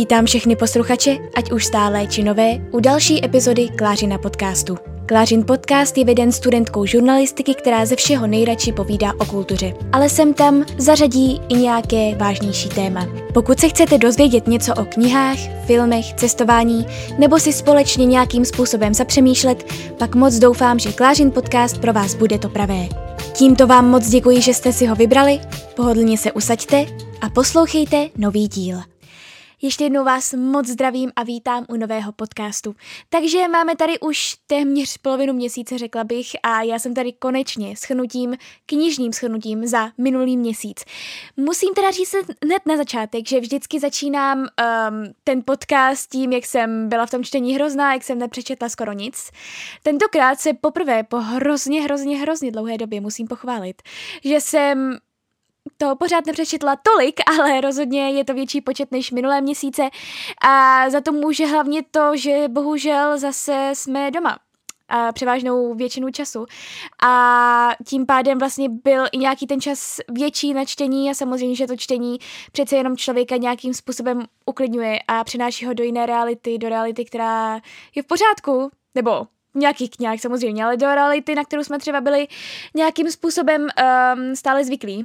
Vítám všechny posluchače, ať už stálé či nové, u další epizody Klářina podcastu. Klářin podcast je veden studentkou žurnalistiky, která ze všeho nejradši povídá o kultuře. Ale sem tam zařadí i nějaké vážnější téma. Pokud se chcete dozvědět něco o knihách, filmech, cestování, nebo si společně nějakým způsobem zapřemýšlet, pak moc doufám, že Klářin podcast pro vás bude to pravé. Tímto vám moc děkuji, že jste si ho vybrali, pohodlně se usaďte a poslouchejte nový díl. Ještě jednou vás moc zdravím a vítám u nového podcastu. Takže máme tady už téměř polovinu měsíce, řekla bych, a já jsem tady konečně s knižním shrnutím za minulý měsíc. Musím teda říct hned na začátek, že vždycky začínám ten podcast tím, jak jsem byla v tom čtení hrozná, jak jsem nepřečetla skoro nic. Tentokrát se poprvé po hrozně dlouhé době musím pochválit, že jsem to pořád nepřečetla tolik, ale rozhodně je to větší počet než minulé měsíce a za to může hlavně to, že bohužel zase jsme doma a převážnou většinu času a tím pádem vlastně byl i nějaký ten čas větší na čtení a samozřejmě, že to čtení přece jenom člověka nějakým způsobem uklidňuje a přináší ho do jiné reality, do reality, která je v pořádku, nebo nějakých knih samozřejmě, ale do reality, na kterou jsme třeba byli nějakým způsobem stále zvyklí,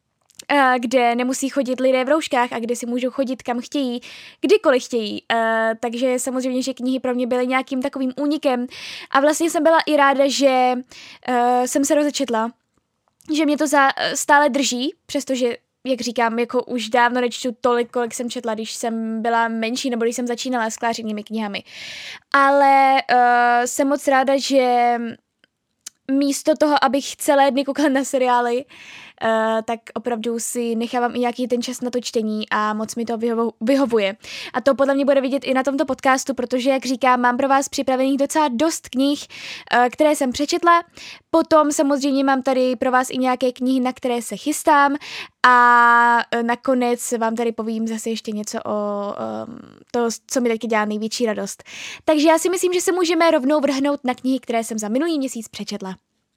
kde nemusí chodit lidé v rouškách a kde si můžou chodit kam chtějí, kdykoliv chtějí. Takže samozřejmě, že knihy pro mě byly nějakým takovým únikem a vlastně jsem byla i ráda, že jsem se rozečetla, že mě to stále drží, přestože, jak říkám, jako už dávno nečtu tolik, kolik jsem četla, když jsem byla menší nebo když jsem začínala s klářenými knihami. Ale jsem moc ráda, že místo toho, abych celé dny koukala na seriály, tak opravdu si nechávám i nějaký ten čas na to čtení a moc mi to vyhovuje. A to podle mě bude vidět i na tomto podcastu, protože, jak říkám, mám pro vás připravených docela dost knih, které jsem přečetla. Potom samozřejmě mám tady pro vás i nějaké knihy, na které se chystám a nakonec vám tady povím zase ještě něco o to, co mi taky dělá největší radost. Takže já si myslím, že se můžeme rovnou vrhnout na knihy, které jsem za minulý měsíc přečetla.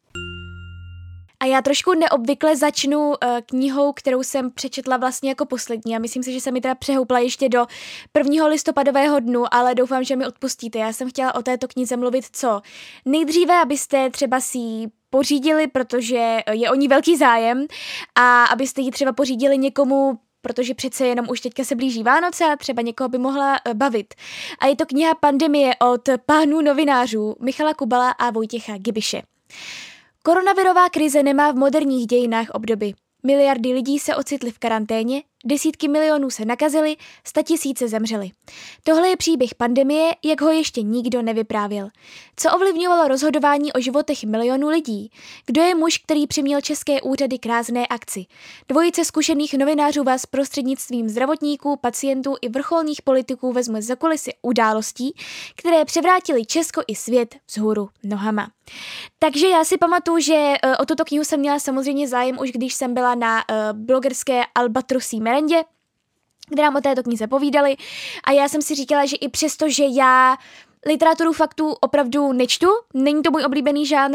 A já trošku neobvykle začnu knihou, kterou jsem přečetla vlastně jako poslední a myslím si, že se mi teda přehoupla ještě do 1. listopadového dnu, ale doufám, že mi odpustíte. Já jsem chtěla o této knize mluvit co nejdříve, abyste třeba si ji pořídili, protože je o ní velký zájem a abyste ji třeba pořídili někomu, protože přece jenom už teďka se blíží Vánoce a třeba někoho by mohla bavit. A je to kniha Pandemie od pánů novinářů Michala Kubala a Vojtěcha Gibiše. Koronavirová krize nemá v moderních dějinách obdoby. Miliardy lidí se ocitly v karanténě, desítky milionů se nakazily, 100 000 zemřely. Tohle je příběh pandemie, jak ho ještě nikdo nevyprávěl. Co ovlivňovalo rozhodování o životech milionů lidí? Kdo je muž, který přiměl české úřady k rázné akci? Dvojice zkušených novinářů vás prostřednictvím zdravotníků, pacientů i vrcholných politiků vezme za kulisy událostí, které převrátily Česko i svět vzhůru nohama. Takže já si pamatuju, že o tuto knihu jsem měla samozřejmě zájem už když jsem byla na blogerské Albatrosí merendě, kde nám o této knize povídali a já jsem si říkala, že i přesto, že já literaturu faktů opravdu nečtu, není to můj oblíbený žánr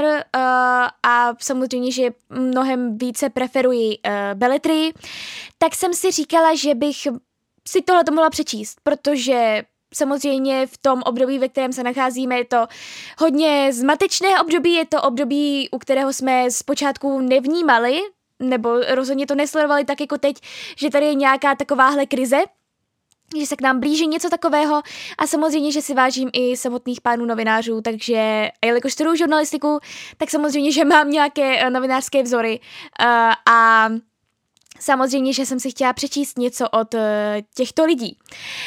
a samozřejmě, že mnohem více preferuji beletrii, tak jsem si říkala, že bych si tohleto mohla přečíst, protože samozřejmě v tom období, ve kterém se nacházíme, je to hodně zmatečné období, je to období, u kterého jsme zpočátku nevnímali, nebo rozhodně to nesledovali tak jako teď, že tady je nějaká takováhle krize, že se k nám blíží něco takového a samozřejmě, že si vážím i samotných pánů novinářů, takže jelikož studuju žurnalistiku, tak samozřejmě, že mám nějaké novinářské vzory a samozřejmě, že jsem si chtěla přečíst něco od těchto lidí.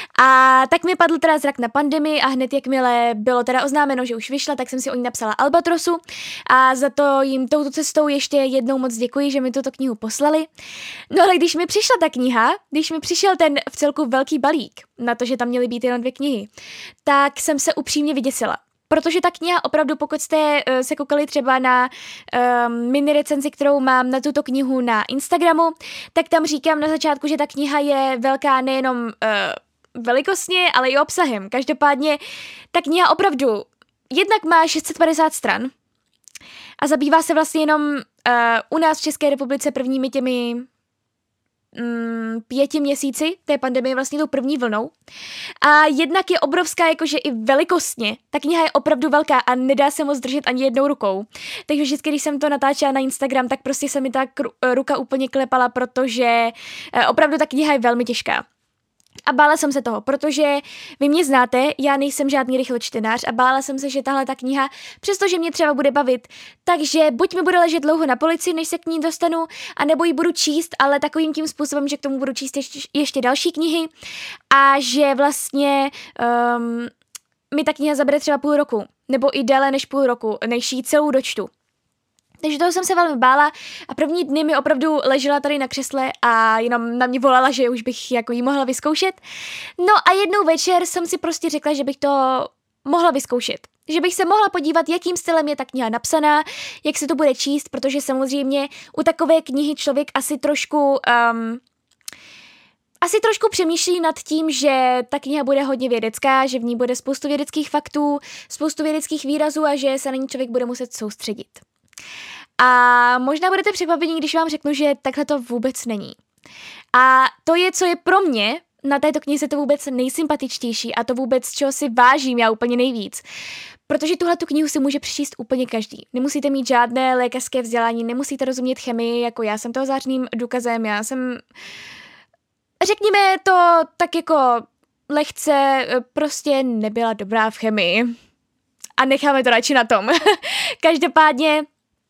A tak mi padl teda zrak na Pandemii a hned jakmile bylo teda oznámeno, že už vyšla, tak jsem si o ní napsala Albatrosu a za to jim touto cestou ještě jednou moc děkuji, že mi tuto knihu poslali. No ale když mi přišla ta kniha, když mi přišel ten vcelku velký balík na to, že tam měly být jenom 2 knihy, tak jsem se upřímně vyděsila. Protože ta kniha opravdu, pokud jste se koukali třeba na mini recenzi, kterou mám na tuto knihu na Instagramu, tak tam říkám na začátku, že ta kniha je velká nejenom velikostně, ale i obsahem. Každopádně ta kniha opravdu jednak má 650 stran a zabývá se vlastně jenom u nás v České republice prvními těmi 5 měsíci té pandemie, vlastně tou první vlnou. A jednak je obrovská, jakože i velikostně. Ta kniha je opravdu velká a nedá se moc držet ani jednou rukou. Takže vždycky, když jsem to natáčela na Instagram, tak prostě se mi ta ruka úplně klepala, protože opravdu ta kniha je velmi těžká. A bála jsem se toho, protože vy mě znáte, já nejsem žádný rychločtenář a bála jsem se, že tahle ta kniha, přestože mě třeba bude bavit, takže buď mi bude ležet dlouho na polici, než se k ní dostanu, anebo ji budu číst, ale takovým tím způsobem, že k tomu budu číst ještě další knihy a že vlastně mi ta kniha zabere třeba půl roku, nebo i déle než půl roku, než ji celou dočtu. Takže toho jsem se velmi bála a první dny mi opravdu ležela tady na křesle a jenom na mě volala, že už bych jako jí mohla vyzkoušet. No a jednou večer jsem si prostě řekla, že bych to mohla vyzkoušet. Že bych se mohla podívat, jakým stylem je ta kniha napsaná, jak se to bude číst, protože samozřejmě u takové knihy člověk asi trošku přemýšlí nad tím, že ta kniha bude hodně vědecká, že v ní bude spoustu vědeckých faktů, spoustu vědeckých výrazů a že se na ní člověk bude muset soustředit. A možná budete překvapení, když vám řeknu, že takhle to vůbec není. A to je, co je pro mě na této knize to vůbec nejsympatičtější a to vůbec, čeho si vážím já úplně nejvíc. Protože tuhletu knihu si může přečíst úplně každý. Nemusíte mít žádné lékařské vzdělání, nemusíte rozumět chemii, jako já jsem toho zářným důkazem, já jsem, řekněme to tak jako lehce, prostě nebyla dobrá v chemii. A necháme to radši na tom. Každopádně,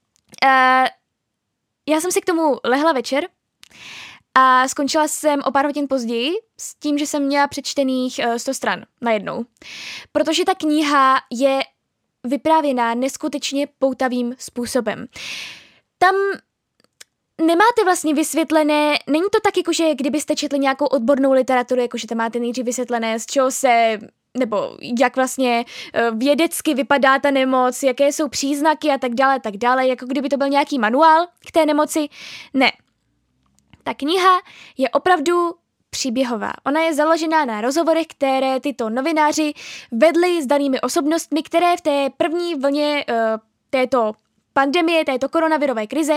já jsem si k tomu lehla večer a skončila jsem o pár hodin později s tím, že jsem měla přečtených 100 stran najednou. Protože ta kniha je vyprávěná neskutečně poutavým způsobem. Tam nemáte vlastně vysvětlené, není to tak, jakože kdybyste četli nějakou odbornou literaturu, jakože tam máte nejdřív vysvětlené, z čeho se, nebo jak vlastně vědecky vypadá ta nemoc, jaké jsou příznaky a tak dále, jako kdyby to byl nějaký manuál k té nemoci. Ne. Ta kniha je opravdu příběhová. Ona je založená na rozhovorech, které tyto novináři vedli s danými osobnostmi, které v té první vlně této pandemie, této koronavirové krize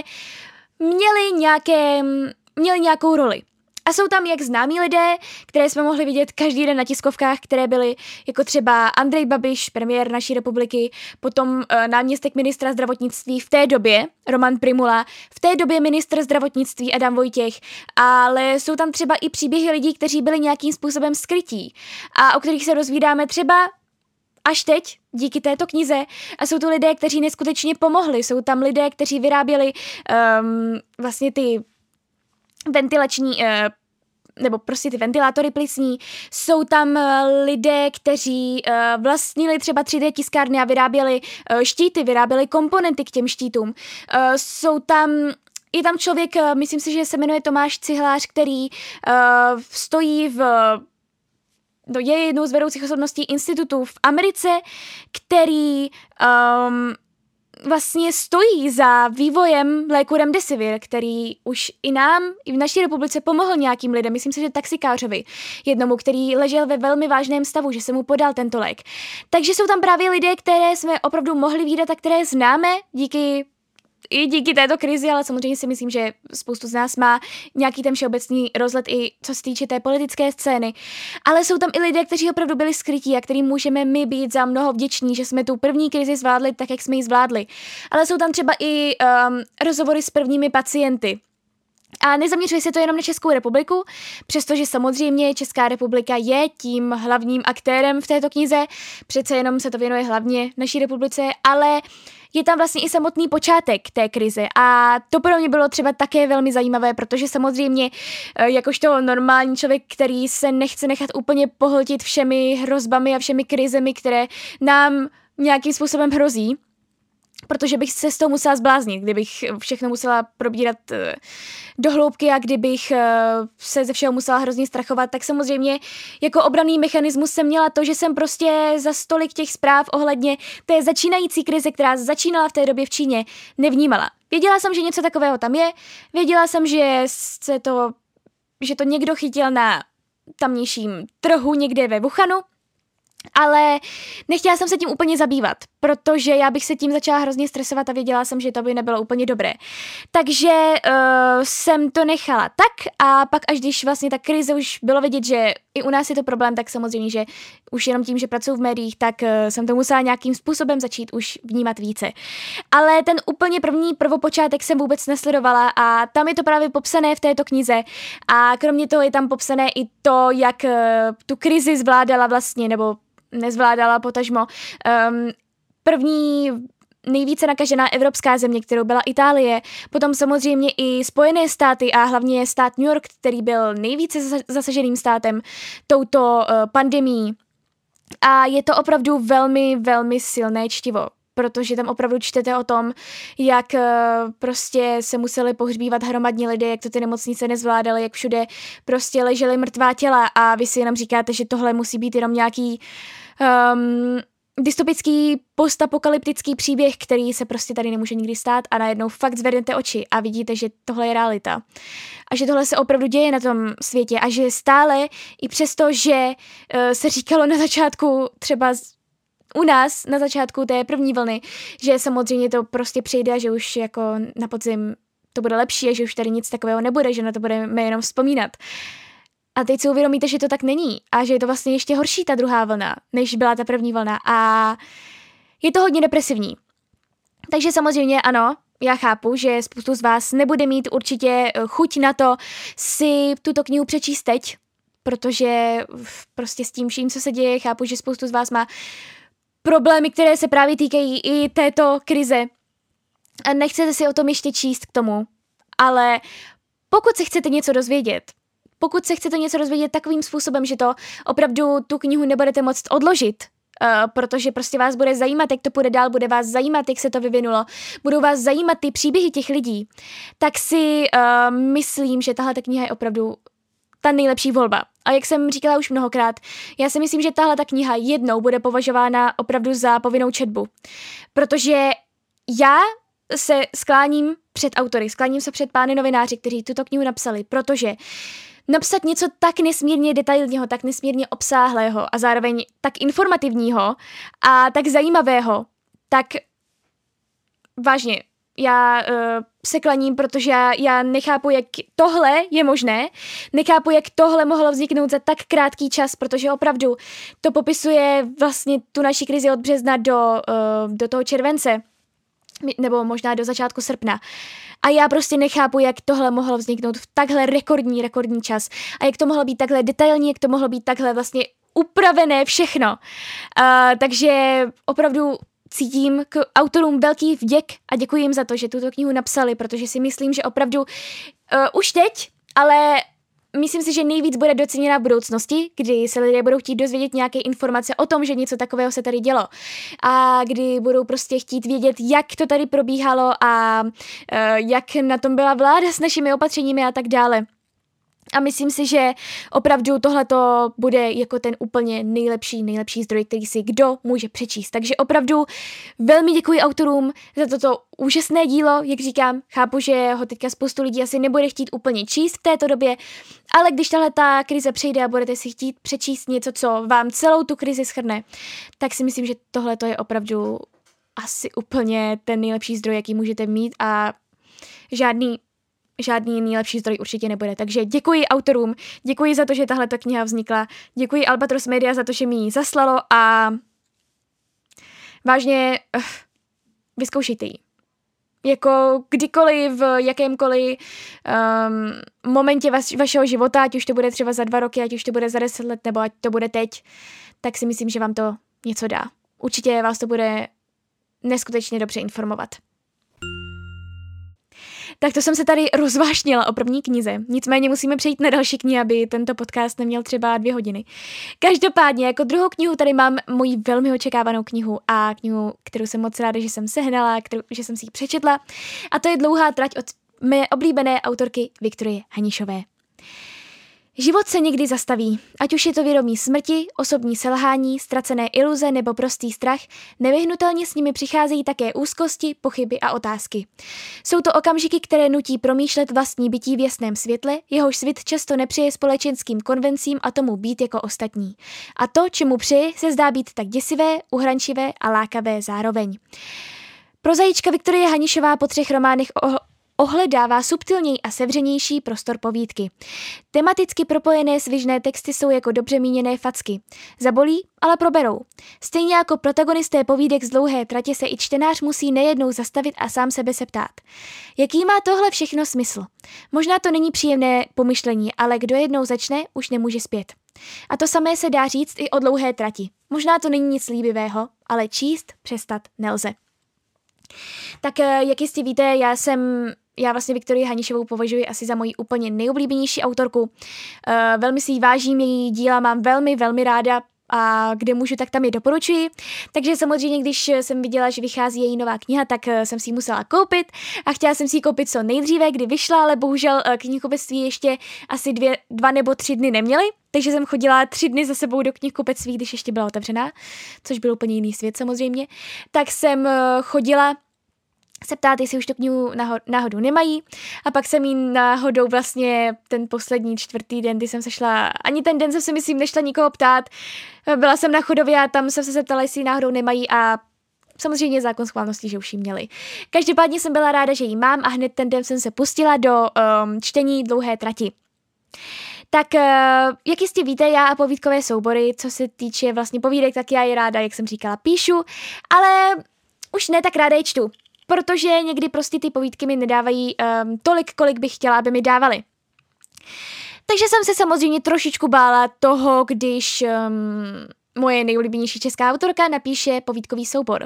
měli nějakou roli. A jsou tam jak známí lidé, které jsme mohli vidět každý den na tiskovkách, které byly jako třeba Andrej Babiš, premiér naší republiky, potom náměstek ministra zdravotnictví v té době, Roman Prymula, v té době ministr zdravotnictví Adam Vojtěch, ale jsou tam třeba i příběhy lidí, kteří byli nějakým způsobem skrytí a o kterých se dozvídáme třeba až teď, díky této knize, a jsou to lidé, kteří neskutečně pomohli. Jsou tam lidé, kteří vyráběli vlastně ty ventilační, nebo prostě ty ventilátory plicní. Jsou tam lidé, kteří vlastnili třeba 3D tiskárny a vyráběli štíty, vyráběli komponenty k těm štítům. Je tam člověk, myslím si, že se jmenuje Tomáš Cihlář, který je jednou z vedoucích osobností institutů v Americe, který vlastně stojí za vývojem léku Remdesivir, který už i nám, i v naší republice pomohl nějakým lidem. Myslím si, že taxikářovi jednomu, který ležel ve velmi vážném stavu, že se mu podal tento lék. Takže jsou tam právě lidé, které jsme opravdu mohli vidět a které známe díky této krizi, ale samozřejmě si myslím, že spoustu z nás má nějaký ten všeobecný rozhled i co se týče té politické scény. Ale jsou tam i lidé, kteří opravdu byli skrytí a kterým můžeme my být za mnoho vděční, že jsme tu první krizi zvládli tak, jak jsme ji zvládli. Ale jsou tam třeba i rozhovory s prvními pacienty. A nezaměřuje se to jenom na Českou republiku, přestože samozřejmě Česká republika je tím hlavním aktérem v této knize, přece jenom se to věnuje hlavně naší republice, ale je tam vlastně i samotný počátek té krize a to pro mě bylo třeba také velmi zajímavé, protože samozřejmě jakožto normální člověk, který se nechce nechat úplně pohltit všemi hrozbami a všemi krizemi, které nám nějakým způsobem hrozí, protože bych se z toho musela zbláznit, kdybych všechno musela probírat do hloubky a kdybych se ze všeho musela hrozně strachovat, tak samozřejmě jako obranný mechanismus jsem měla to, že jsem prostě za stolik těch zpráv ohledně té začínající krize, která začínala v té době v Číně, nevnímala. Věděla jsem, že něco takového tam je, věděla jsem, že to někdo chytil na tamnějším trhu někde ve Wuhanu, ale nechtěla jsem se tím úplně zabývat, protože já bych se tím začala hrozně stresovat a věděla jsem, že to by nebylo úplně dobré. Takže jsem to nechala tak a pak až když vlastně ta krize už bylo vidět, že i u nás je to problém, tak samozřejmě, že už jenom tím, že pracuji v médiích, tak jsem to musela nějakým způsobem začít už vnímat více. Ale ten úplně první prvopočátek jsem vůbec nesledovala a tam je to právě popsané v této knize a kromě toho je tam popsané i to, jak tu krizi zvládala vlastně, nebo nezvládala potažmo. První nejvíce nakažená evropská země, kterou byla Itálie, potom samozřejmě i Spojené státy a hlavně stát New York, který byl nejvíce zasaženým státem touto pandemií. A je to opravdu velmi, velmi silné čtivo, protože tam opravdu čtete o tom, jak prostě se museli pohřbívat hromadní lidé, jak to ty nemocnice nezvládaly, jak všude prostě ležely mrtvá těla a vy si jenom říkáte, že tohle musí být jenom nějaký dystopický postapokalyptický příběh, který se prostě tady nemůže nikdy stát a najednou fakt zvednete oči a vidíte, že tohle je realita. A že tohle se opravdu děje na tom světě a že stále i přesto, že se říkalo na začátku třeba u nás, na začátku té první vlny, že samozřejmě to prostě přijde a že už jako na podzim to bude lepší a že už tady nic takového nebude, že na to budeme jenom vzpomínat. A teď si uvědomíte, že to tak není a že je to vlastně ještě horší ta druhá vlna, než byla ta první vlna a je to hodně depresivní. Takže samozřejmě ano, já chápu, že spoustu z vás nebude mít určitě chuť na to si tuto knihu přečíst teď, protože prostě s tím vším, co se děje, chápu, že spoustu z vás má problémy, které se právě týkají i této krize a nechcete si o tom ještě číst k tomu, ale pokud se chcete něco dozvědět, takovým způsobem, že to opravdu tu knihu nebudete moct odložit, protože prostě vás bude zajímat, jak to půjde dál, bude vás zajímat, jak se to vyvinulo, budou vás zajímat ty příběhy těch lidí, tak si myslím, že tahle kniha je opravdu ta nejlepší volba. A jak jsem říkala už mnohokrát, já si myslím, že tahle ta kniha jednou bude považována opravdu za povinnou četbu. Protože já se skláním před autory, skláním se před pány novináři, kteří tuto knihu napsali, protože napsat něco tak nesmírně detailního, tak nesmírně obsáhlého a zároveň tak informativního a tak zajímavého, tak vážně, já se klaním, protože já nechápu, jak tohle je možné, nechápu, jak tohle mohlo vzniknout za tak krátký čas, protože opravdu to popisuje vlastně tu naši krizi od března do toho července, nebo možná do začátku srpna. A já prostě nechápu, jak tohle mohlo vzniknout v takhle rekordní čas. A jak to mohlo být takhle detailní, jak to mohlo být takhle vlastně upravené všechno. Takže opravdu cítím k autorům velký vděk a děkuji jim za to, že tuto knihu napsali, protože si myslím, že opravdu už teď, ale myslím si, že nejvíc bude doceněna v budoucnosti, kdy se lidé budou chtít dozvědět nějaké informace o tom, že něco takového se tady dělo. A kdy budou prostě chtít vědět, jak to tady probíhalo a jak na tom byla vláda s našimi opatřeními a tak dále. A myslím si, že opravdu tohleto bude jako ten úplně nejlepší zdroj, který si kdo může přečíst. Takže opravdu velmi děkuji autorům za toto úžasné dílo, jak říkám, chápu, že ho teďka spoustu lidí asi nebude chtít úplně číst v této době, ale když tahle ta krize přejde a budete si chtít přečíst něco, co vám celou tu krizi shrne, tak si myslím, že tohleto je opravdu asi úplně ten nejlepší zdroj, jaký můžete mít a žádný nejlepší zdroj určitě nebude. Takže děkuji autorům, děkuji za to, že tahle kniha vznikla, děkuji Albatros Media za to, že mi ji zaslalo a vážně vyzkoušejte ji. Jako kdykoliv, v jakémkoliv momentě vašeho života, ať už to bude třeba za 2 roky, ať už to bude za 10 let, nebo ať to bude teď, tak si myslím, že vám to něco dá. Určitě vás to bude neskutečně dobře informovat. Tak to jsem se tady rozvášnila o první knize. Nicméně musíme přejít na další knihy, aby tento podcast neměl třeba 2 hodiny. Každopádně, jako druhou knihu tady mám moji velmi očekávanou knihu a knihu, kterou jsem moc ráda, že jsem sehnala, že jsem si ji přečetla. A to je Dlouhá trať od mé oblíbené autorky Viktorie Hanišové. Život se někdy zastaví, ať už je to vědomí smrti, osobní selhání, ztracené iluze nebo prostý strach, nevyhnutelně s nimi přicházejí také úzkosti, pochyby a otázky. Jsou to okamžiky, které nutí promýšlet vlastní bytí v jasném světle, jehož svět často nepřeje společenským konvencím a tomu být jako ostatní. A to, čemu přeje, se zdá být tak děsivé, uhrančivé a lákavé zároveň. Prozaička Viktorie Hanišová po 3 románech ohledává subtilněji a sevřenější prostor povídky. Tematicky propojené svižné texty jsou jako dobře míněné facky. Zabolí, ale proberou. Stejně jako protagonisté povídek z Dlouhé tratě se i čtenář musí nejednou zastavit a sám sebe se ptát. Jaký má tohle všechno smysl? Možná to není příjemné pomyšlení, ale kdo jednou začne, už nemůže zpět. A to samé se dá říct i o Dlouhé trati. Možná to není nic líbivého, ale číst přestat nelze. Tak jak jistě víte, já vlastně Viktorii Hanišovou považuji asi za moji úplně nejoblíbenější autorku. Velmi si jí vážím, její díla mám velmi, velmi ráda a kde můžu, tak tam je doporučuji. Takže samozřejmě, když jsem viděla, že vychází její nová kniha, tak jsem si ji musela koupit a chtěla jsem si ji koupit co nejdříve, kdy vyšla, ale bohužel knihkupectví ještě asi 2 nebo 3 dny neměly. Takže jsem chodila 3 dny za sebou do knihkupectví, když ještě byla otevřená, což byl úplně jiný svět samozřejmě. Tak jsem chodila se ptát, jestli už tu knihu náhodou nemají. A pak jsem jí náhodou vlastně ten poslední 4. den, kdy jsem se šla, ani ten den jsem si myslím nešla nikoho ptát. Byla jsem na chodově a tam jsem se zeptala, jestli ji náhodou nemají a samozřejmě zákon schválnosti, že už ji měli. Každopádně jsem byla ráda, že ji mám a hned ten den jsem se pustila do čtení Dlouhé trati. Tak, jak jistě víte, já a povídkové soubory, co se týče vlastně povídek, tak já je ráda, jak jsem říkala, píšu, ale už ne tak ráda je čtu. Protože někdy prostě ty povídky mi nedávají tolik, kolik bych chtěla, aby mi dávaly. Takže jsem se samozřejmě trošičku bála toho, když moje nejoblíbenější česká autorka napíše povídkový soubor.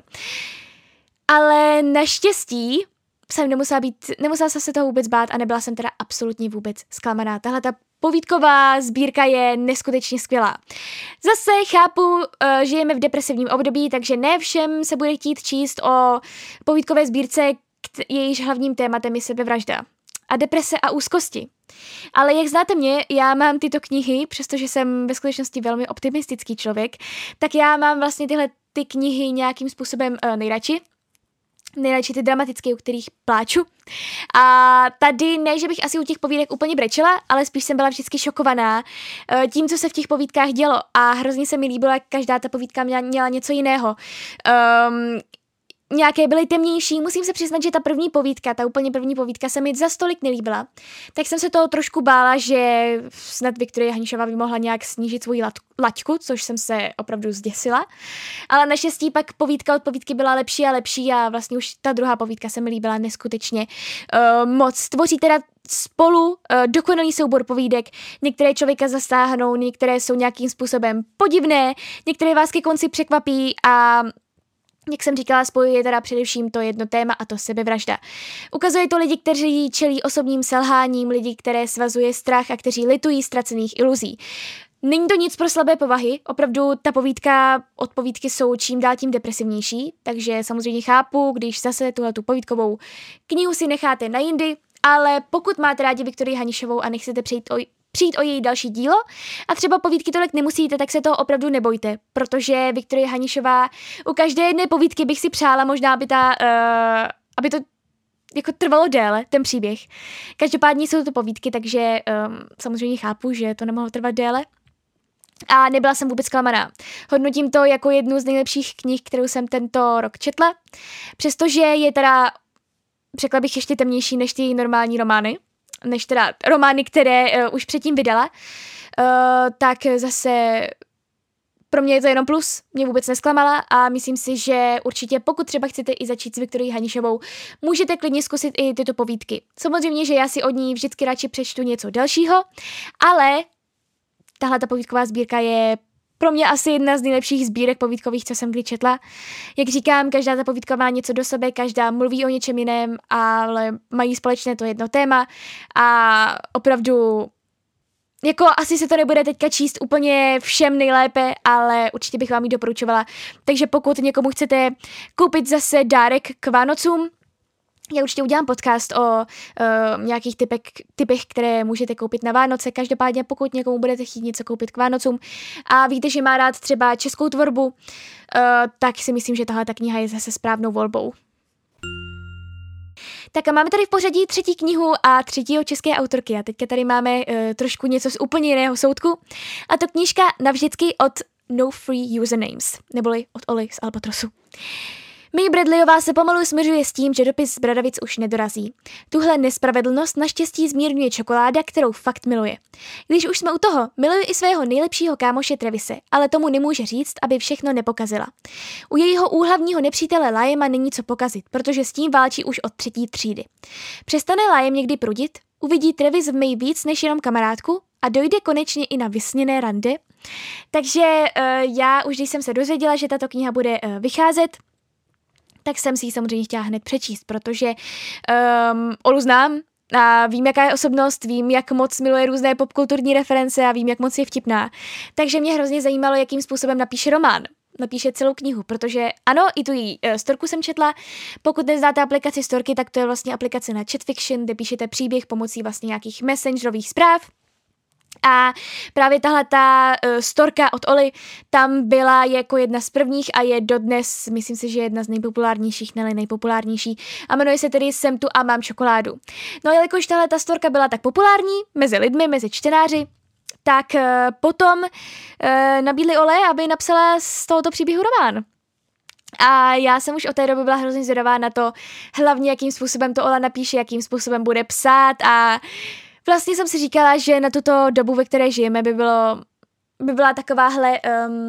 Ale naštěstí jsem nemusela se toho vůbec bát a nebyla jsem teda absolutně vůbec zklamaná. Tahle ta povídková sbírka je neskutečně skvělá. Zase chápu, žijeme v depresivním období, takže ne všem se bude chtít číst o povídkové sbírce, jejíž hlavním tématem je sebevražda a deprese a úzkosti. Ale jak znáte mě, já mám tyto knihy, přestože jsem ve skutečnosti velmi optimistický člověk, tak já mám vlastně ty knihy nějakým způsobem nejradši ty dramatické, u kterých pláču. A tady ne, že bych asi u těch povídek úplně brečela, ale spíš jsem byla vždycky šokovaná tím, co se v těch povídkách dělo. A hrozně se mi líbilo, jak každá ta povídka měla něco jiného. Nějaké byly temnější. Musím se přiznat, že ta úplně první povídka se mi za stolik nelíbila. Tak jsem se toho trošku bála, že snad Viktorie Hanišová by mohla nějak snížit svoji laťku, což jsem se opravdu zděsila. Ale naštěstí pak povídka od povídky byla lepší a lepší a vlastně už ta druhá povídka se mi líbila neskutečně moc. Tvoří teda spolu dokonalý soubor povídek. Některé člověka zastáhnou, některé jsou nějakým způsobem podivné, některé vás ke konci překvapí a jak jsem říkala, spojuje teda především to jedno téma a to sebevražda. Ukazuje to lidi, kteří čelí osobním selháním, lidi, které svazuje strach a kteří litují ztracených iluzí. Není to nic pro slabé povahy, opravdu ta povídka od povídky jsou čím dál tím depresivnější, takže samozřejmě chápu, když zase tuhletu povídkovou knihu si necháte na jindy, ale pokud máte rádi Viktorii Hanišovou a nechcete přijít o její další dílo a třeba povídky tolik nemusíte, tak se toho opravdu nebojte, protože Viktorie Hanišová u každé jedné povídky bych si přála možná, aby to jako trvalo déle, ten příběh. Každopádně jsou to povídky, takže samozřejmě chápu, že to nemohlo trvat déle. A nebyla jsem vůbec zklamaná. Hodnotím to jako jednu z nejlepších knih, kterou jsem tento rok četla, přestože je teda, řekla bych, ještě temnější než ty normální romány, než teda romány, které už předtím vydala, tak zase pro mě je to jenom plus, mě vůbec nesklamala a myslím si, že určitě pokud třeba chcete i začít s Viktorií Hanišovou, můžete klidně zkusit i tyto povídky. Samozřejmě, že já si od ní vždycky radši přečtu něco dalšího, ale tahle ta povídková sbírka je pro mě asi jedna z nejlepších sbírek povídkových, co jsem kdy četla. Jak říkám, každá ta povídka má něco do sebe, každá mluví o něčem jiném, ale mají společné to jedno téma a opravdu jako asi se to nebude teďka číst úplně všem nejlépe, ale určitě bych vám ji doporučovala. Takže pokud někomu chcete koupit zase dárek k Vánocům, Já určitě udělám podcast o nějakých typech, které můžete koupit na Vánoce. Každopádně pokud někomu budete chtít něco koupit k Vánocům a víte, že má rád třeba českou tvorbu, tak si myslím, že tahle ta kniha je zase správnou volbou. Tak a máme tady v pořadí 3. knihu a 3. české autorky. A teďka tady máme trošku něco z úplně jiného soudku. A to knížka Navždycky od No Free Usernames, neboli od Oli z Albatrosu. May Bradleyová se pomalu smiřuje s tím, že dopis z Bradavic už nedorazí. Tuhle nespravedlnost naštěstí zmírňuje čokoláda, kterou fakt miluje. Když už jsme u toho, miluje i svého nejlepšího kámoše Travise, ale tomu nemůže říct, aby všechno nepokazila. U jejího úhlavního nepřítele Liama není co pokazit, protože s tím válčí už od 3. třídy. Přestane Liam někdy prudit, uvidí Travis v May víc než jenom kamarádku a dojde konečně i na vysněné rande. Takže já už když jsem se dozvěděla, že tato kniha bude vycházet, tak jsem si ji samozřejmě chtěla hned přečíst, protože Olu znám a vím, jaká je osobnost, vím, jak moc miluje různé popkulturní reference a vím, jak moc je vtipná. Takže mě hrozně zajímalo, jakým způsobem napíše román. Napíše celou knihu, protože ano, i tu její storku jsem četla. Pokud neznáte aplikaci storky, tak to je vlastně aplikace na chat fiction, kde píšete příběh pomocí vlastně nějakých messengerových zpráv. A právě tahle ta storka od Oli tam byla jako jedna z prvních a je dodnes, myslím si, že jedna z nejpopulárnějších, ne nejpopulárnější, a jmenuje se tedy Jsem tu a mám čokoládu. No jelikož tahle ta storka byla tak populární mezi lidmi, mezi čtenáři, tak potom nabídli Ole, aby napsala z tohoto příběhu román. A já jsem už od té doby byla hrozně zvědavá na to, hlavně jakým způsobem to Ola napíše, jakým způsobem bude psát a vlastně jsem si říkala, že na tuto dobu, ve které žijeme, by byla takováhle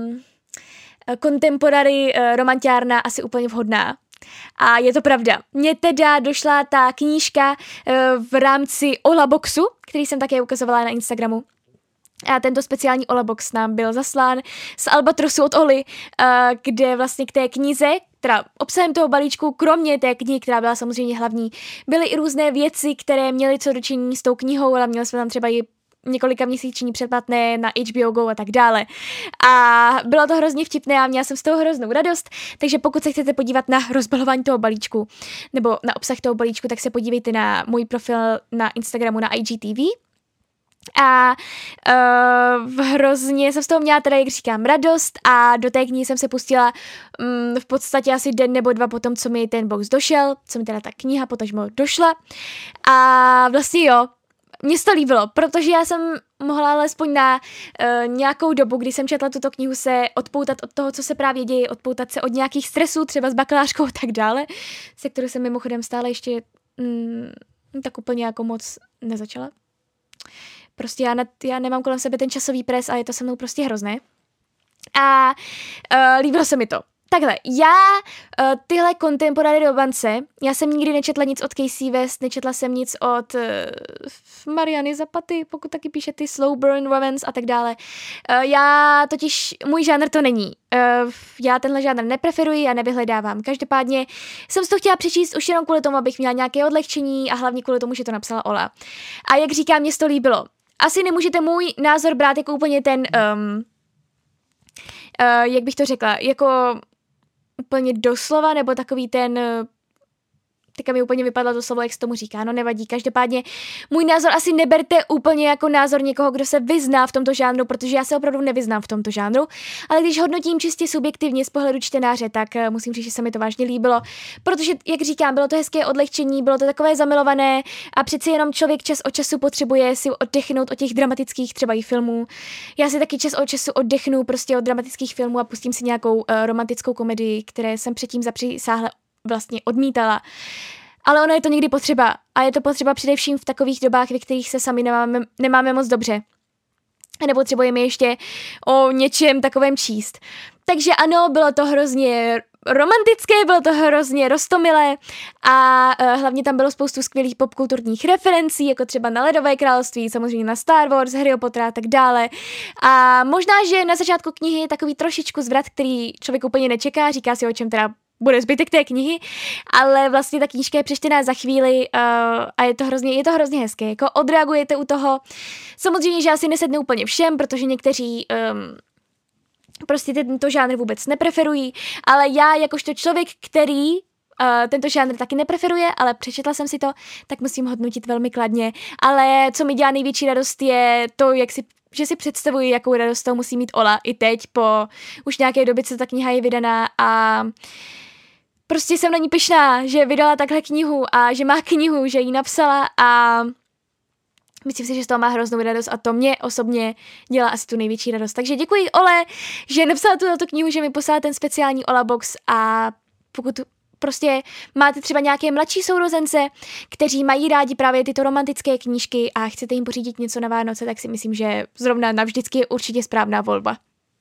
contemporary romantiárna asi úplně vhodná. A je to pravda. Mně teda došla ta knížka v rámci Ola Boxu, který jsem také ukazovala na Instagramu. A tento speciální Ola Box nám byl zaslán z Albatrosu od Oli, kde vlastně k té knize, teda obsahem toho balíčku, kromě té knihy, která byla samozřejmě hlavní, byly i různé věci, které měly co dočinění s tou knihou, ale měli jsme tam třeba i několika měsíční předplatné na HBO Go a tak dále. A bylo to hrozně vtipné a měla jsem z toho hroznou radost, takže pokud se chcete podívat na rozbalování toho balíčku nebo na obsah toho balíčku, tak se podívejte na můj profil na Instagramu na IGTV. A hrozně jsem z toho měla teda, jak říkám, radost a do té knihy jsem se pustila v podstatě asi den nebo dva potom, co mi ten box došel, co mi teda ta kniha potažmo došla a vlastně jo, mně se to líbilo, protože já jsem mohla alespoň na nějakou dobu, kdy jsem četla tuto knihu, se odpoutat od toho, co se právě děje, odpoutat se od nějakých stresů, třeba s bakalářkou a tak dále, se kterou jsem mimochodem stále ještě tak úplně jako moc nezačala. Prostě já nemám kolem sebe ten časový pres a je to se mnou prostě hrozné. A líbilo se mi to. Takhle, já tyhle contemporary romance, já jsem nikdy nečetla nic od Casey West, nečetla jsem nic od Mariany Zapaty, pokud taky píše ty slow burn romance a tak dále. Já totiž, můj žánr to není. Já tenhle žánr nepreferuji a nevyhledávám. Každopádně jsem si to chtěla přečíst už jenom kvůli tomu, abych měla nějaké odlehčení a hlavně kvůli tomu, že to napsala Ola. A jak říkám, mě to líbilo. Asi nemůžete můj názor brát jako úplně ten, jak bych to řekla, jako úplně doslova, nebo takový ten, teďka mi úplně vypadlo to slovo, jak se tomu říká, no nevadí, každopádně můj názor asi neberte úplně jako názor někoho, kdo se vyzná v tomto žánru, protože já se opravdu nevyznám v tomto žánru, ale když hodnotím čistě subjektivně z pohledu čtenáře, tak musím říct, že se mi to vážně líbilo, protože, jak říkám, bylo to hezké odlehčení, bylo to takové zamilované a přeci jenom člověk čas od času potřebuje si oddechnout od těch dramatických třeba i filmů. Já si taky čas od času oddechnu prostě od dramatických filmů a pustím si nějakou romantickou komedii, které jsem předtím zapřísáhle vlastně odmítala. Ale ono je to někdy potřeba. A je to potřeba především v takových dobách, ve kterých se sami nemáme moc dobře. A nepotřebujeme ještě o něčem takovém číst. Takže ano, bylo to hrozně romantické, bylo to hrozně roztomilé a hlavně tam bylo spoustu skvělých popkulturních referencí, jako třeba na Ledové království, samozřejmě na Star Wars, Harryho Pottera a tak dále. A možná, že na začátku knihy je takový trošičku zvrat, který člověk úplně nečeká, říká si, o čem teda bude zbytek té knihy, ale vlastně ta knížka je přečtená za chvíli a je to hrozně hezké, jako odreagujete u toho. Samozřejmě, že asi nesedne úplně všem, protože někteří prostě tento žánr vůbec nepreferují, ale já jakožto člověk, který tento žánr taky nepreferuje, ale přečetla jsem si to, tak musím hodnotit velmi kladně. Ale co mi dělá největší radost je to, že si představuji, jakou radost toho musí mít Ola i teď po už nějaké době, co ta kniha je vydaná a prostě jsem na ní pyšná, že vydala takhle knihu a že má knihu, že ji napsala a myslím si, že z toho má hroznou radost a to mě osobně dělá asi tu největší radost. Takže děkuji Ole, že napsala tuto knihu, že mi poslala ten speciální Ola box a pokud prostě máte třeba nějaké mladší sourozence, kteří mají rádi právě tyto romantické knížky a chcete jim pořídit něco na Vánoce, tak si myslím, že zrovna navždycky je určitě správná volba.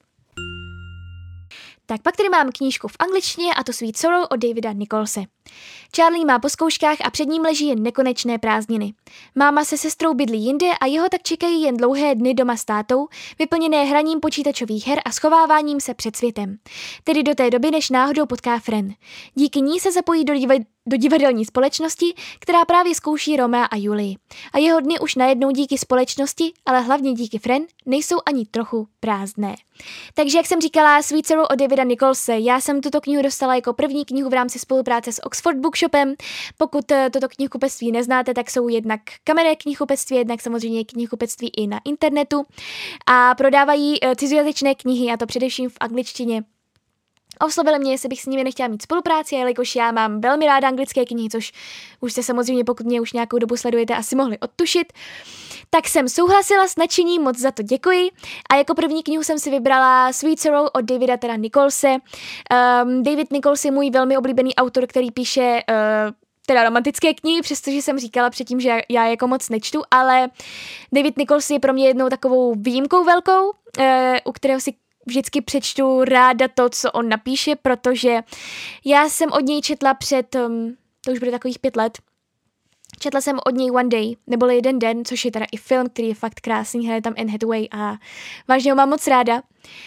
Tak pak tady mám knížku v angličtině a to Sweet Sorrow od Davida Nicholse. Charlie má po zkouškách a před ním leží jen nekonečné prázdniny. Máma se sestrou bydlí jinde a jeho tak čekají jen dlouhé dny doma s tátou, vyplněné hraním počítačových her a schováváním se před světem. Tedy do té doby, než náhodou potká Fran. Díky ní se zapojí do divadelní společnosti, která právě zkouší Romea a Julii. A jeho dny už najednou díky společnosti, ale hlavně díky Fran, nejsou ani trochu prázdné. Takže jak jsem říkala, Sweet Sorrow od Davida Nicholse, já jsem tuto knihu dostala jako první knihu v rámci spolupráce s Oxford Bookshopem. Pokud toto knihkupectví neznáte, tak jsou jednak kamenné knihkupectví, jednak samozřejmě knihkupectví i na internetu a prodávají cizojazyčné knihy, a to především v angličtině. Oslovili mě, jestli bych s nimi nechtěla mít spolupráci, jelikož já mám velmi ráda anglické knihy, což už jste samozřejmě, pokud mě už nějakou dobu sledujete, asi mohli odtušit. Tak jsem souhlasila s nadšením, moc za to děkuji. A jako první knihu jsem si vybrala Sweet Sorrow od Davida Nicholse. David Nicholse je můj velmi oblíbený autor, který píše teda romantické knihy, přestože jsem říkala předtím, že já jako moc nečtu, ale David Nicholse je pro mě jednou takovou výjimkou velkou, u kterého si vždycky přečtu ráda to, co on napíše, protože já jsem od něj četla to už bude takových 5 let, četla jsem od něj One Day, neboli Jeden den, což je teda i film, který je fakt krásný, hraje tam Anne Hathaway a vážně ho mám moc ráda.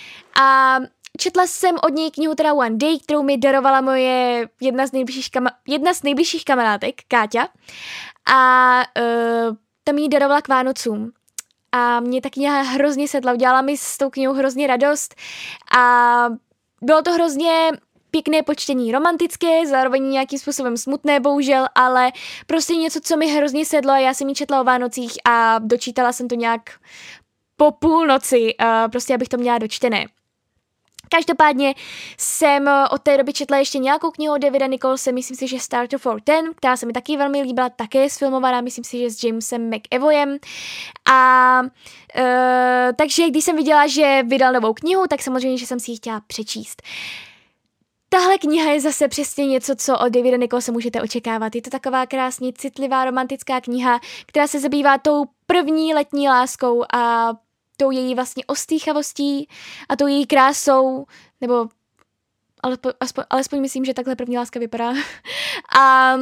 A četla jsem od něj knihu teda One Day, kterou mi darovala moje jedna z nejbližších kamarádek, Káťa, a tam ji darovala k Vánocům. A mě ta kniha hrozně sedla, udělala mi s tou knihou hrozně radost a bylo to hrozně pěkné počtení, romantické, zároveň nějakým způsobem smutné, bohužel, ale prostě něco, co mi hrozně sedlo a já jsem ji četla o Vánocích a dočítala jsem to nějak po půlnoci, prostě abych to měla dočtené. Každopádně jsem od té doby četla ještě nějakou knihu od Davida Nicholse, myslím si, že Starter for Ten, která se mi taky velmi líbila, také je sfilmovaná, myslím si, že s Jamesem McAvoyem. A takže když jsem viděla, že vydal novou knihu, tak samozřejmě, že jsem si ji chtěla přečíst. Tahle kniha je zase přesně něco, co od Davida Nicholse můžete očekávat. Je to taková krásně citlivá romantická kniha, která se zabývá tou první letní láskou a tou její vlastně ostýchavostí a tou její krásou, nebo alespoň myslím, že takhle první láska vypadá. A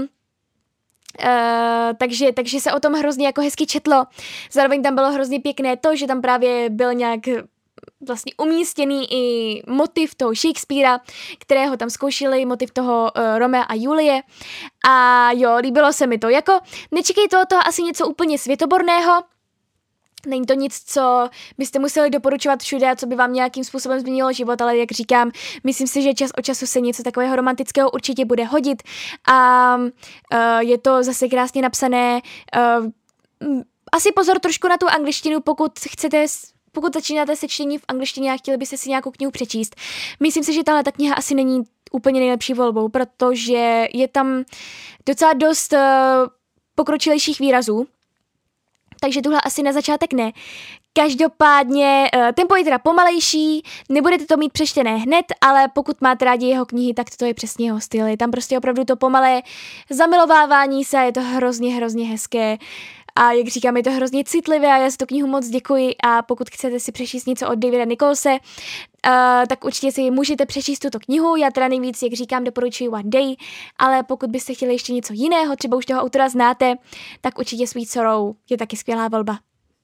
takže se o tom hrozně jako hezky četlo. Zároveň tam bylo hrozně pěkné to, že tam právě byl nějak vlastně umístěný i motiv toho Shakespearea, kterého tam zkoušeli, motiv toho Romea a Julie. A jo, líbilo se mi to. Jako nečekejte od toho asi něco úplně světoborného. Není to nic, co byste museli doporučovat všude a co by vám nějakým způsobem změnilo život, ale jak říkám, myslím si, že čas od času se něco takového romantického určitě bude hodit a je to zase krásně napsané. Asi pozor trošku na tu angličtinu, pokud začínáte se čtení v angličtině a chtěli byste si nějakou knihu přečíst. Myslím si, že tahle ta kniha asi není úplně nejlepší volbou, protože je tam docela dost pokročilejších výrazů, takže tuhle asi na začátek ne. Každopádně tempo je teda pomalejší, nebudete to mít přečtené hned, ale pokud máte rádi jeho knihy, tak to je přesně jeho styl. Je tam prostě opravdu to pomalé zamilovávání se, je to hrozně hezké. A jak říkám, je to hrozně citlivé a já za tu knihu moc děkuji a pokud chcete si přečíst něco od Davida Nicholse, tak určitě si můžete přečíst tuto knihu. Já teda nejvíc, jak říkám, doporučuji One Day, ale pokud byste chtěli ještě něco jiného, třeba už toho autora znáte, tak určitě Sweet Sorrow je taky skvělá volba.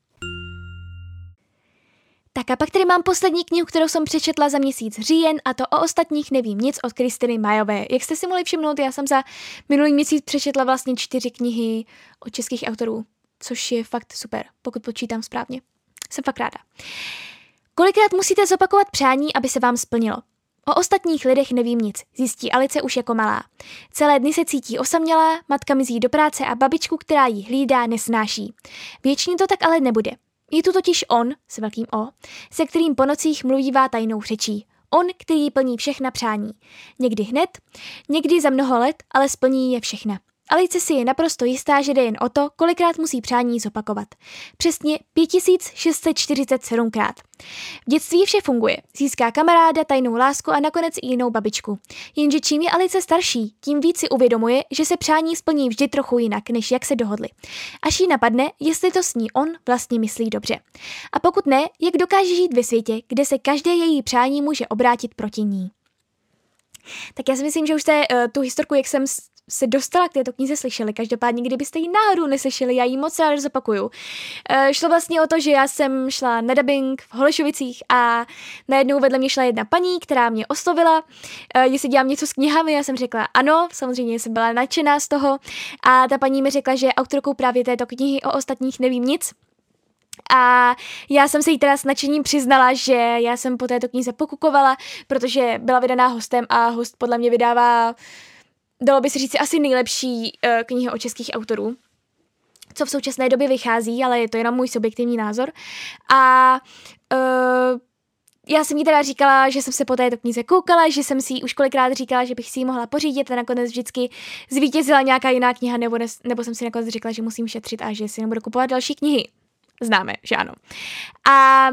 Tak a pak tady mám poslední knihu, kterou jsem přečetla za měsíc říjen a to O ostatních nevím nic od Kristiny Majové. Jak jste si mohli všimnout, já jsem za minulý měsíc přečetla vlastně 4 knihy od českých autorů, což je fakt super, pokud počítám správně. Jsem fakt ráda. Kolikrát musíte zopakovat přání, aby se vám splnilo? O ostatních lidech nevím nic, zjistí Alice už jako malá. Celé dny se cítí osamělá, matka mizí do práce a babičku, která ji hlídá, nesnáší. Věčně to tak ale nebude. Je tu totiž on, s velkým O, se kterým po nocích mluvívá tajnou řečí. On, který plní všechna přání. Někdy hned, někdy za mnoho let, ale splní je všechna. Alice si je naprosto jistá, že jde jen o to, kolikrát musí přání zopakovat. Přesně 5647krát. V dětství vše funguje. Získá kamaráda, tajnou lásku a nakonec i jinou babičku. Jenže čím je Alice starší, tím víc si uvědomuje, že se přání splní vždy trochu jinak, než jak se dohodli. Až jí napadne, jestli to s ní on vlastně myslí dobře. A pokud ne, jak dokáže žít ve světě, kde se každé její přání může obrátit proti ní. Tak já si myslím, že už jste tu historku, jak jsem se dostala k této knize, slyšeli. Každopádně, kdybyste ji náhodou neslyšeli, já ji moc ráda zopakuju. Šlo vlastně o to, že já jsem šla na dabing v Holešovicích a najednou vedle mě šla jedna paní, která mě oslovila, jestli dělám něco s knihami. Já jsem řekla ano, samozřejmě jsem byla nadšená z toho a ta paní mi řekla, že autorkou právě této knihy O ostatních nevím nic. A já jsem se jí teda s nadšením přiznala, že já jsem po této knize pokukovala, protože byla vydaná hostem a host podle mě vydává, dalo by se říct, asi nejlepší knihy o českých autorů, co v současné době vychází, ale je to jenom můj subjektivní názor. A já jsem jí teda říkala, že jsem se po této knize koukala, že jsem si ji už kolikrát říkala, že bych si ji mohla pořídit a nakonec vždycky zvítězila nějaká jiná kniha, nebo jsem si nakonec řekla, že musím šetřit a že si nebudu kupovat další knihy. Známe, že ano. A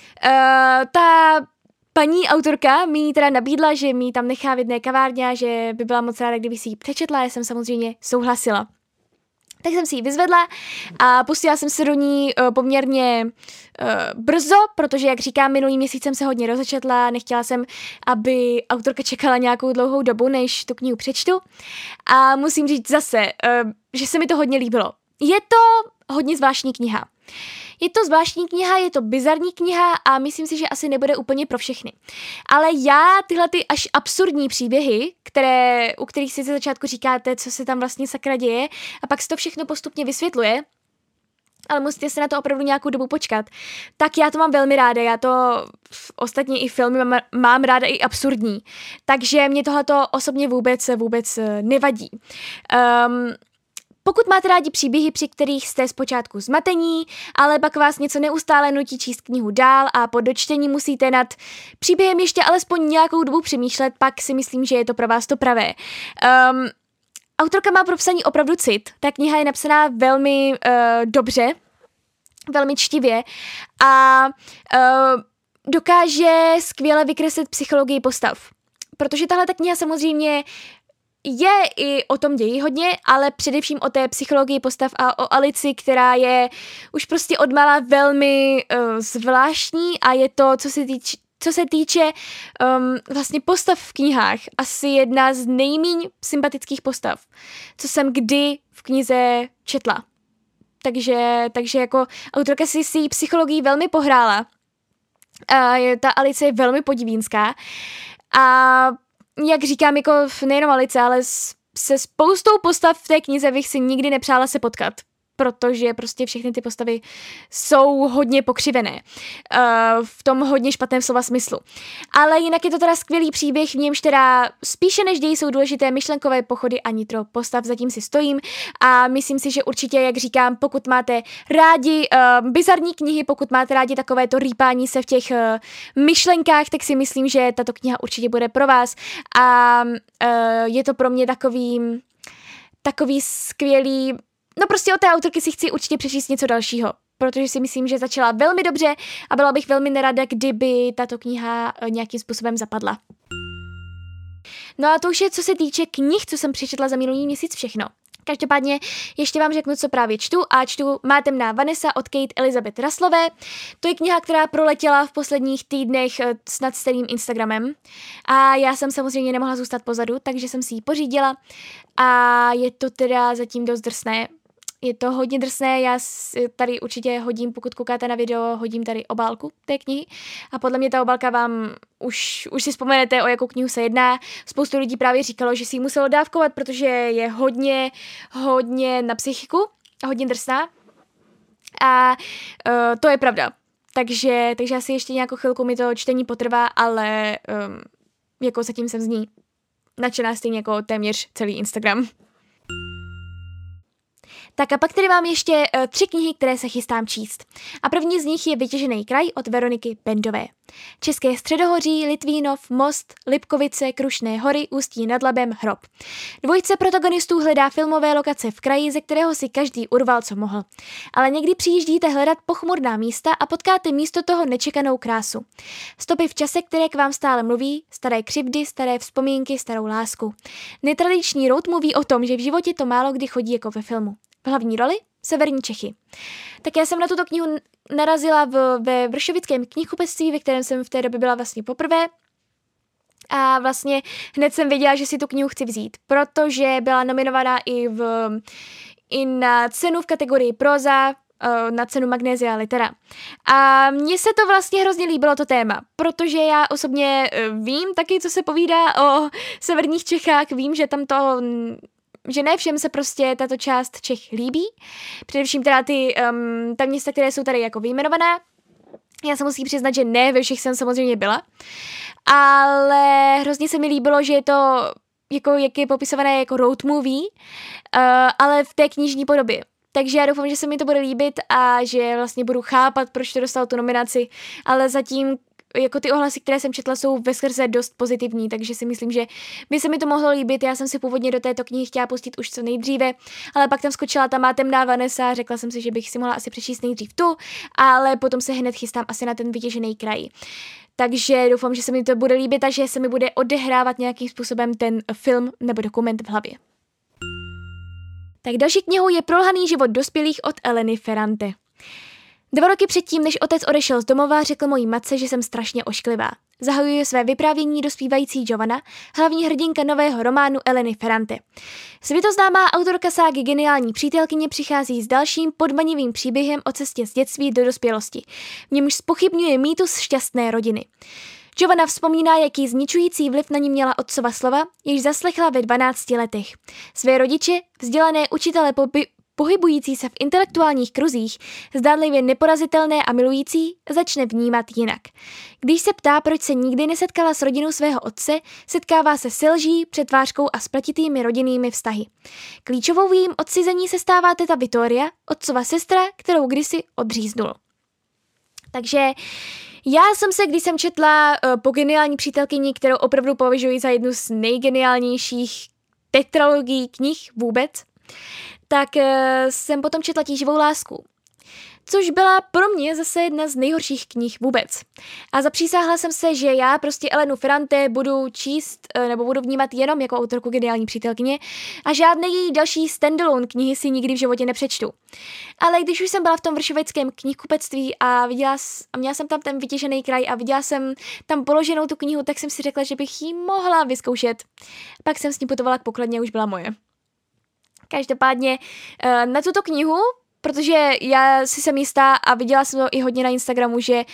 ta paní autorka mi teda nabídla, že mi tam nechá v jedné kavárně a že by byla moc ráda, kdyby si ji přečetla. Já jsem samozřejmě souhlasila. Tak jsem si ji vyzvedla a pustila jsem se do ní poměrně brzo, protože, jak říkám, minulý měsíc jsem se hodně rozečetla, nechtěla jsem, aby autorka čekala nějakou dlouhou dobu, než tu knihu přečtu. A musím říct zase, že se mi to hodně líbilo. Je to hodně zvláštní kniha. Je to zvláštní kniha, je to bizarní kniha a myslím si, že asi nebude úplně pro všechny. Ale já tyhle ty až absurdní příběhy, u kterých si ze začátku říkáte, co se tam vlastně sakra děje a pak se to všechno postupně vysvětluje, ale musíte se na to opravdu nějakou dobu počkat, tak já to mám velmi ráda, já to ostatně i filmy mám ráda i absurdní, takže mě tohleto osobně vůbec nevadí. Pokud máte rádi příběhy, při kterých jste zpočátku zmatení, ale pak vás něco neustále nutí číst knihu dál a po dočtení musíte nad příběhem ještě alespoň nějakou dobu přemýšlet, pak si myslím, že je to pro vás to pravé. Autorka má pro psaní opravdu cit, ta kniha je napsaná velmi dobře, velmi čtivě a dokáže skvěle vykreslit psychologii postav. Protože tahle ta kniha samozřejmě je i o tom ději hodně, ale především o té psychologii postav a o Alici, která je už prostě odmala velmi zvláštní a je to, co se týče vlastně postav v knihách, asi jedna z nejméně sympatických postav, co jsem kdy v knize četla. Takže jako autorka si s její psychologií velmi pohrála. Ta Alice je velmi podivínská a jak říkám, jako nejenom Alice, ale se spoustou postav v té knize bych si nikdy nepřála se potkat, protože prostě všechny ty postavy jsou hodně pokřivené. V tom hodně špatném slova smyslu. Ale jinak je to teda skvělý příběh, v němž teda spíše než ději jsou důležité myšlenkové pochody a nitro postav, zatím si stojím a myslím si, že určitě, jak říkám, pokud máte rádi bizarní knihy, pokud máte rádi takovéto rýpání se v těch myšlenkách, tak si myslím, že tato kniha určitě bude pro vás a je to pro mě takový skvělý. No prostě od té autorky si chci určitě přečíst něco dalšího, protože si myslím, že začala velmi dobře a byla bych velmi nerada, kdyby tato kniha nějakým způsobem zapadla. No a to už je, co se týče knih, co jsem přečetla za minulý měsíc všechno. Každopádně ještě vám řeknu, co právě čtu a čtu Má temná Vanessa od Kate Elizabeth Russlové. To je kniha, která proletěla v posledních týdnech snad celým Instagramem a já jsem samozřejmě nemohla zůstat pozadu, takže jsem si ji pořídila a je to teda zatím dost drsné. Je to hodně drsné, já tady určitě hodím, pokud koukáte na video, hodím tady obálku té knihy a podle mě ta obálka vám už si vzpomenete, o jakou knihu se jedná. Spoustu lidí právě říkalo, že si ji muselo dávkovat, protože je hodně na psychiku, hodně drsná a to je pravda. Takže asi ještě nějakou chvilku mi to čtení potrvá, ale jako zatím jsem z ní nadšená stejně jako téměř celý Instagram. Tak a pak tady mám ještě 3 knihy, které se chystám číst. A první z nich je Vytěžený kraj od Veroniky Bendové. České středohoří, Litvínov, Most, Lipkovice, Krušné hory, Ústí nad Labem, Hrob. Dvojice protagonistů hledá filmové lokace v kraji, ze kterého si každý urval, co mohl. Ale někdy přijíždíte hledat pochmurná místa a potkáte místo toho nečekanou krásu. Stopy v čase, které k vám stále mluví, staré křivdy, staré vzpomínky, starou lásku. Netradiční road movie o tom, že v životě to málo kdy chodí jako ve filmu. V hlavní roli severní Čechy. Tak já jsem na tuto knihu narazila ve vršovickém knihkupectví, ve kterém jsem v té době byla vlastně poprvé. A vlastně hned jsem věděla, že si tu knihu chci vzít, protože byla nominovaná i na cenu v kategorii próza, na cenu Magnesia Litera. A mně se to vlastně hrozně líbilo to téma, protože já osobně vím taky, co se povídá o severních Čechách, vím, že tam to... že ne všem se prostě tato část Čech líbí. Především teda ta města, které jsou tady jako vyjmenované. Já se musím přiznat, že ne, ve všech jsem samozřejmě byla. Ale hrozně se mi líbilo, že je to, jako, jak je popisované jako road movie, ale v té knižní podobě. Takže já doufám, že se mi to bude líbit a že vlastně budu chápat, proč to dostalo tu nominaci, ale zatím jako ty ohlasy, které jsem četla, jsou veskrze dost pozitivní, takže si myslím, že by se mi to mohlo líbit. Já jsem si původně do této knihy chtěla pustit už co nejdříve, ale pak tam skočila ta má temná Vanessa a řekla jsem si, že bych si mohla asi přečíst nejdřív tu, ale potom se hned chystám asi na ten Vytěžený kraj. Takže doufám, že se mi to bude líbit a že se mi bude odehrávat nějakým způsobem ten film nebo dokument v hlavě. Tak další knihou je Prolhaný život dospělých od Eleny Ferrante. 2 roky předtím, než otec odešel z domova, řekl mojí matce, že jsem strašně ošklivá. Zahajuje své vyprávění dospívající Giovanna, hlavní hrdinka nového románu Eleny Ferrante. Světoznámá autorka ságy Geniální přítelkyně přichází s dalším podmanivým příběhem o cestě z dětství do dospělosti, v němž zpochybňuje mýtus šťastné rodiny. Giovanna vzpomíná, jaký zničující vliv na ní měla otcova slova, jež zaslechla ve 12 letech. Své rodiče, vzdělané učitele pohybující se v intelektuálních kruzích, zdánlivě neporazitelné a milující, začne vnímat jinak. Když se ptá, proč se nikdy nesetkala s rodinou svého otce, setkává se s lží, přetvářkou a spletitými rodinnými vztahy. Klíčovou v jejím odcizení se stává teta Vittoria, otcova sestra, kterou kdysi odříznul. Takže já jsem se, když jsem četla po Geniální přítelkyni, kterou opravdu považuji za jednu z nejgeniálnějších tetralogií knih vůbec, tak jsem potom četla Tíživou lásku, což byla pro mě zase jedna z nejhorších knih vůbec. A zapřísáhla jsem se, že já prostě Elenu Ferrante budu číst nebo budu vnímat jenom jako autorku Geniální přítelkyně a žádné její další standalone knihy si nikdy v životě nepřečtu. Ale když už jsem byla v tom vršovickém knihkupectví a měla jsem tam ten Vytěžený kraj a viděla jsem tam položenou tu knihu, tak jsem si řekla, že bych ji mohla vyzkoušet. Pak jsem s ní putovala k pokladně a už byla moje. Každopádně na tuto knihu, protože já si jsem jistá a viděla jsem to i hodně na Instagramu, že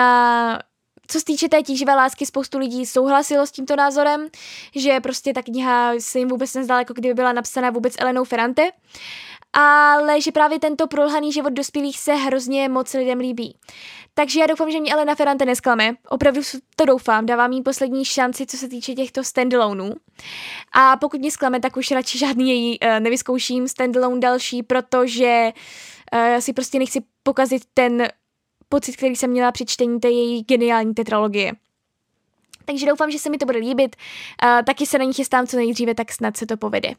co se týče té Tíživé lásky, spoustu lidí souhlasilo s tímto názorem, že prostě ta kniha se jim vůbec nezdala, jako kdyby byla napsaná vůbec Elenou Ferrante, ale že právě tento Prolhaný život dospělých se hrozně moc lidem líbí. Takže já doufám, že mě Elena Ferrante nesklame. Opravdu to doufám, dávám jí poslední šanci, co se týče těchto standaloneů. A pokud mě zklame, tak už radši žádný její nevyzkouším standalone další, protože si prostě nechci pokazit ten pocit, který jsem měla při čtení té její geniální tetralogie. Takže doufám, že se mi to bude líbit. Taky se na ní chystám co nejdříve, tak snad se to povede.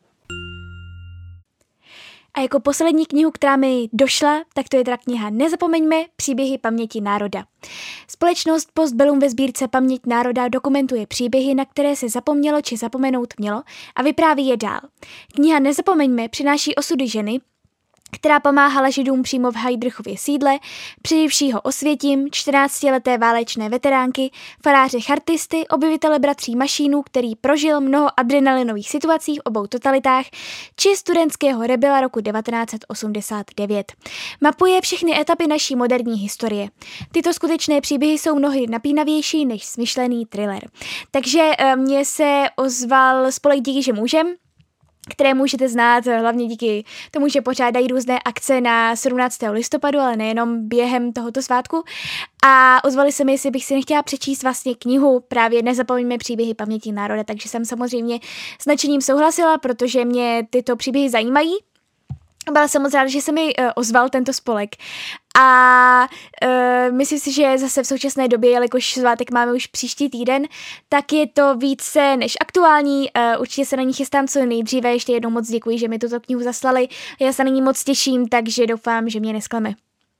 A jako poslední knihu, která mi došla, tak to je teda kniha Nezapomeňme, příběhy paměti národa. Společnost Postbellum ve sbírce Paměť národa dokumentuje příběhy, na které se zapomnělo či zapomenout mělo a vypráví je dál. Kniha Nezapomeňme přináší osudy ženy, která pomáhala Židům přímo v Heydrichově sídle, přeživšího Osvětim, 14leté válečné veteránky, faráře chartisty, objevitele bratří Mašínů, který prožil mnoho adrenalinových situací v obou totalitách, či studentského rebela roku 1989. Mapuje všechny etapy naší moderní historie. Tyto skutečné příběhy jsou mnohdy napínavější než smyšlený thriller. Takže mně se ozval spolek Díky, že můžem, které můžete znát hlavně díky tomu, že pořádají různé akce na 17. listopadu, ale nejenom během tohoto svátku. A ozvali se mi, jestli bych si nechtěla přečíst vlastně knihu právě Nezapomeňme příběhy paměti národa, takže jsem samozřejmě s nadšením souhlasila, protože mě tyto příběhy zajímají. Byla jsem moc ráda, že se mi ozval tento spolek. A myslím si, že zase v současné době, jelikož svátek máme už příští týden, tak je to více než aktuální. Určitě se na ní chystám co nejdříve. Ještě jednou moc děkuji, že mi tuto knihu zaslali. Já se na ní moc těším, takže doufám, že mě nesklame.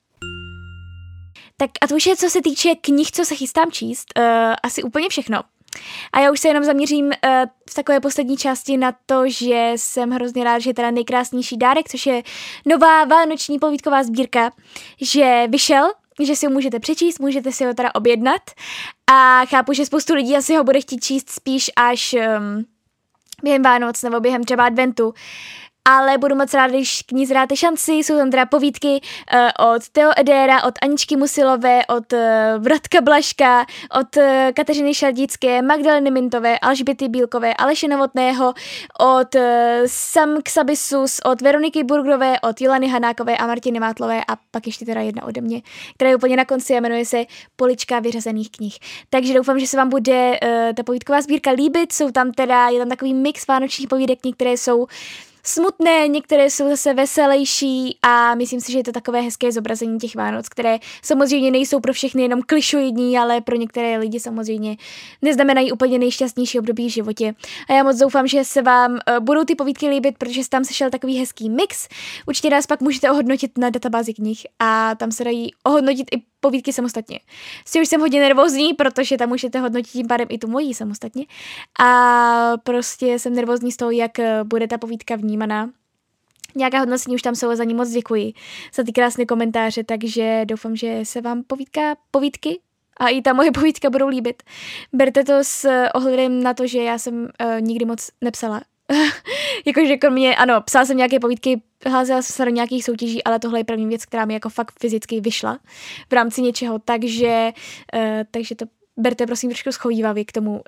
Tak a to už je, co se týče knih, co se chystám číst, asi úplně všechno. A já už se jenom zaměřím v takové poslední části na to, že jsem hrozně ráda, že teda nejkrásnější dárek, což je nová vánoční povídková sbírka, že vyšel, že si ho můžete přečíst, můžete si ho teda objednat a chápu, že spoustu lidí asi ho bude chtít číst spíš až během Vánoc nebo během třeba adventu. Ale budu moc ráda, když knize dáte šanci. Jsou tam teda povídky od Theo Edéra, od Aničky Musilové, od Vratka Blažka, od Kateřiny Šaldické, Magdaleny Mintové, Alžběty Bílkové, Aleše Novotného, od Sam Xabisus, od Veroniky Burgrové, od Jolany Hanákové a Martiny Mátlové a pak ještě teda jedna ode mě, která je úplně na konci a jmenuje se Polička vyřazených knih. Takže doufám, že se vám bude ta povídková sbírka líbit. Jsou tam teda, je tam takový mix vánočních povídek, některé jsou smutné, některé jsou zase veselější a myslím si, že je to takové hezké zobrazení těch Vánoc, které samozřejmě nejsou pro všechny jenom klišoidní, ale pro některé lidi samozřejmě neznamenají úplně nejšťastnější období v životě. A já moc doufám, že se vám budou ty povídky líbit, protože tam sešel takový hezký mix. Určitě nás pak můžete ohodnotit na databázi knih a tam se dají ohodnotit i povídky samostatně. Si už jsem hodně nervózní, protože tam můžete hodnotit tím pádem i tu mojí samostatně. A prostě jsem nervózní z toho, jak bude ta povídka vnímaná. Nějaká hodnocení už tam jsou, za ní moc děkuji za ty krásné komentáře, takže doufám, že se vám povídky a i ta moje povídka budou líbit. Berte to s ohledem na to, že já jsem nikdy moc nepsala. Jakože kromě, ano, psala jsem nějaké povídky, hlásila jsem se do nějakých soutěží, ale tohle je první věc, která mi jako fakt fyzicky vyšla v rámci něčeho, takže to berte prosím trošku schovívavě k tomu,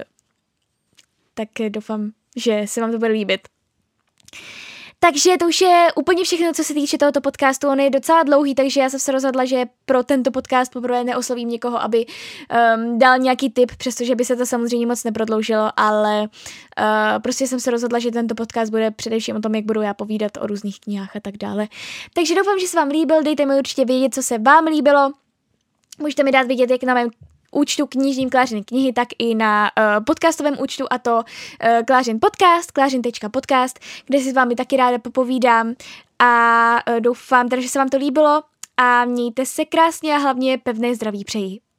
tak doufám, že se vám to bude líbit. Takže to už je úplně všechno, co se týče tohoto podcastu. On je docela dlouhý, takže já jsem se rozhodla, že pro tento podcast poprvé neoslovím někoho, aby dal nějaký tip, přestože by se to samozřejmě moc neprodloužilo, ale prostě jsem se rozhodla, že tento podcast bude především o tom, jak budu já povídat o různých knihách a tak dále. Takže doufám, že se vám líbil, dejte mi určitě vědět, co se vám líbilo. Můžete mi dát vědět, jak na mém účtu knižním Klářiny knihy, tak i na podcastovém účtu, a to Klářin podcast, klářin.podcast, kde si s vámi taky ráda popovídám a doufám teda, že se vám to líbilo a mějte se krásně a hlavně pevné zdraví přeji.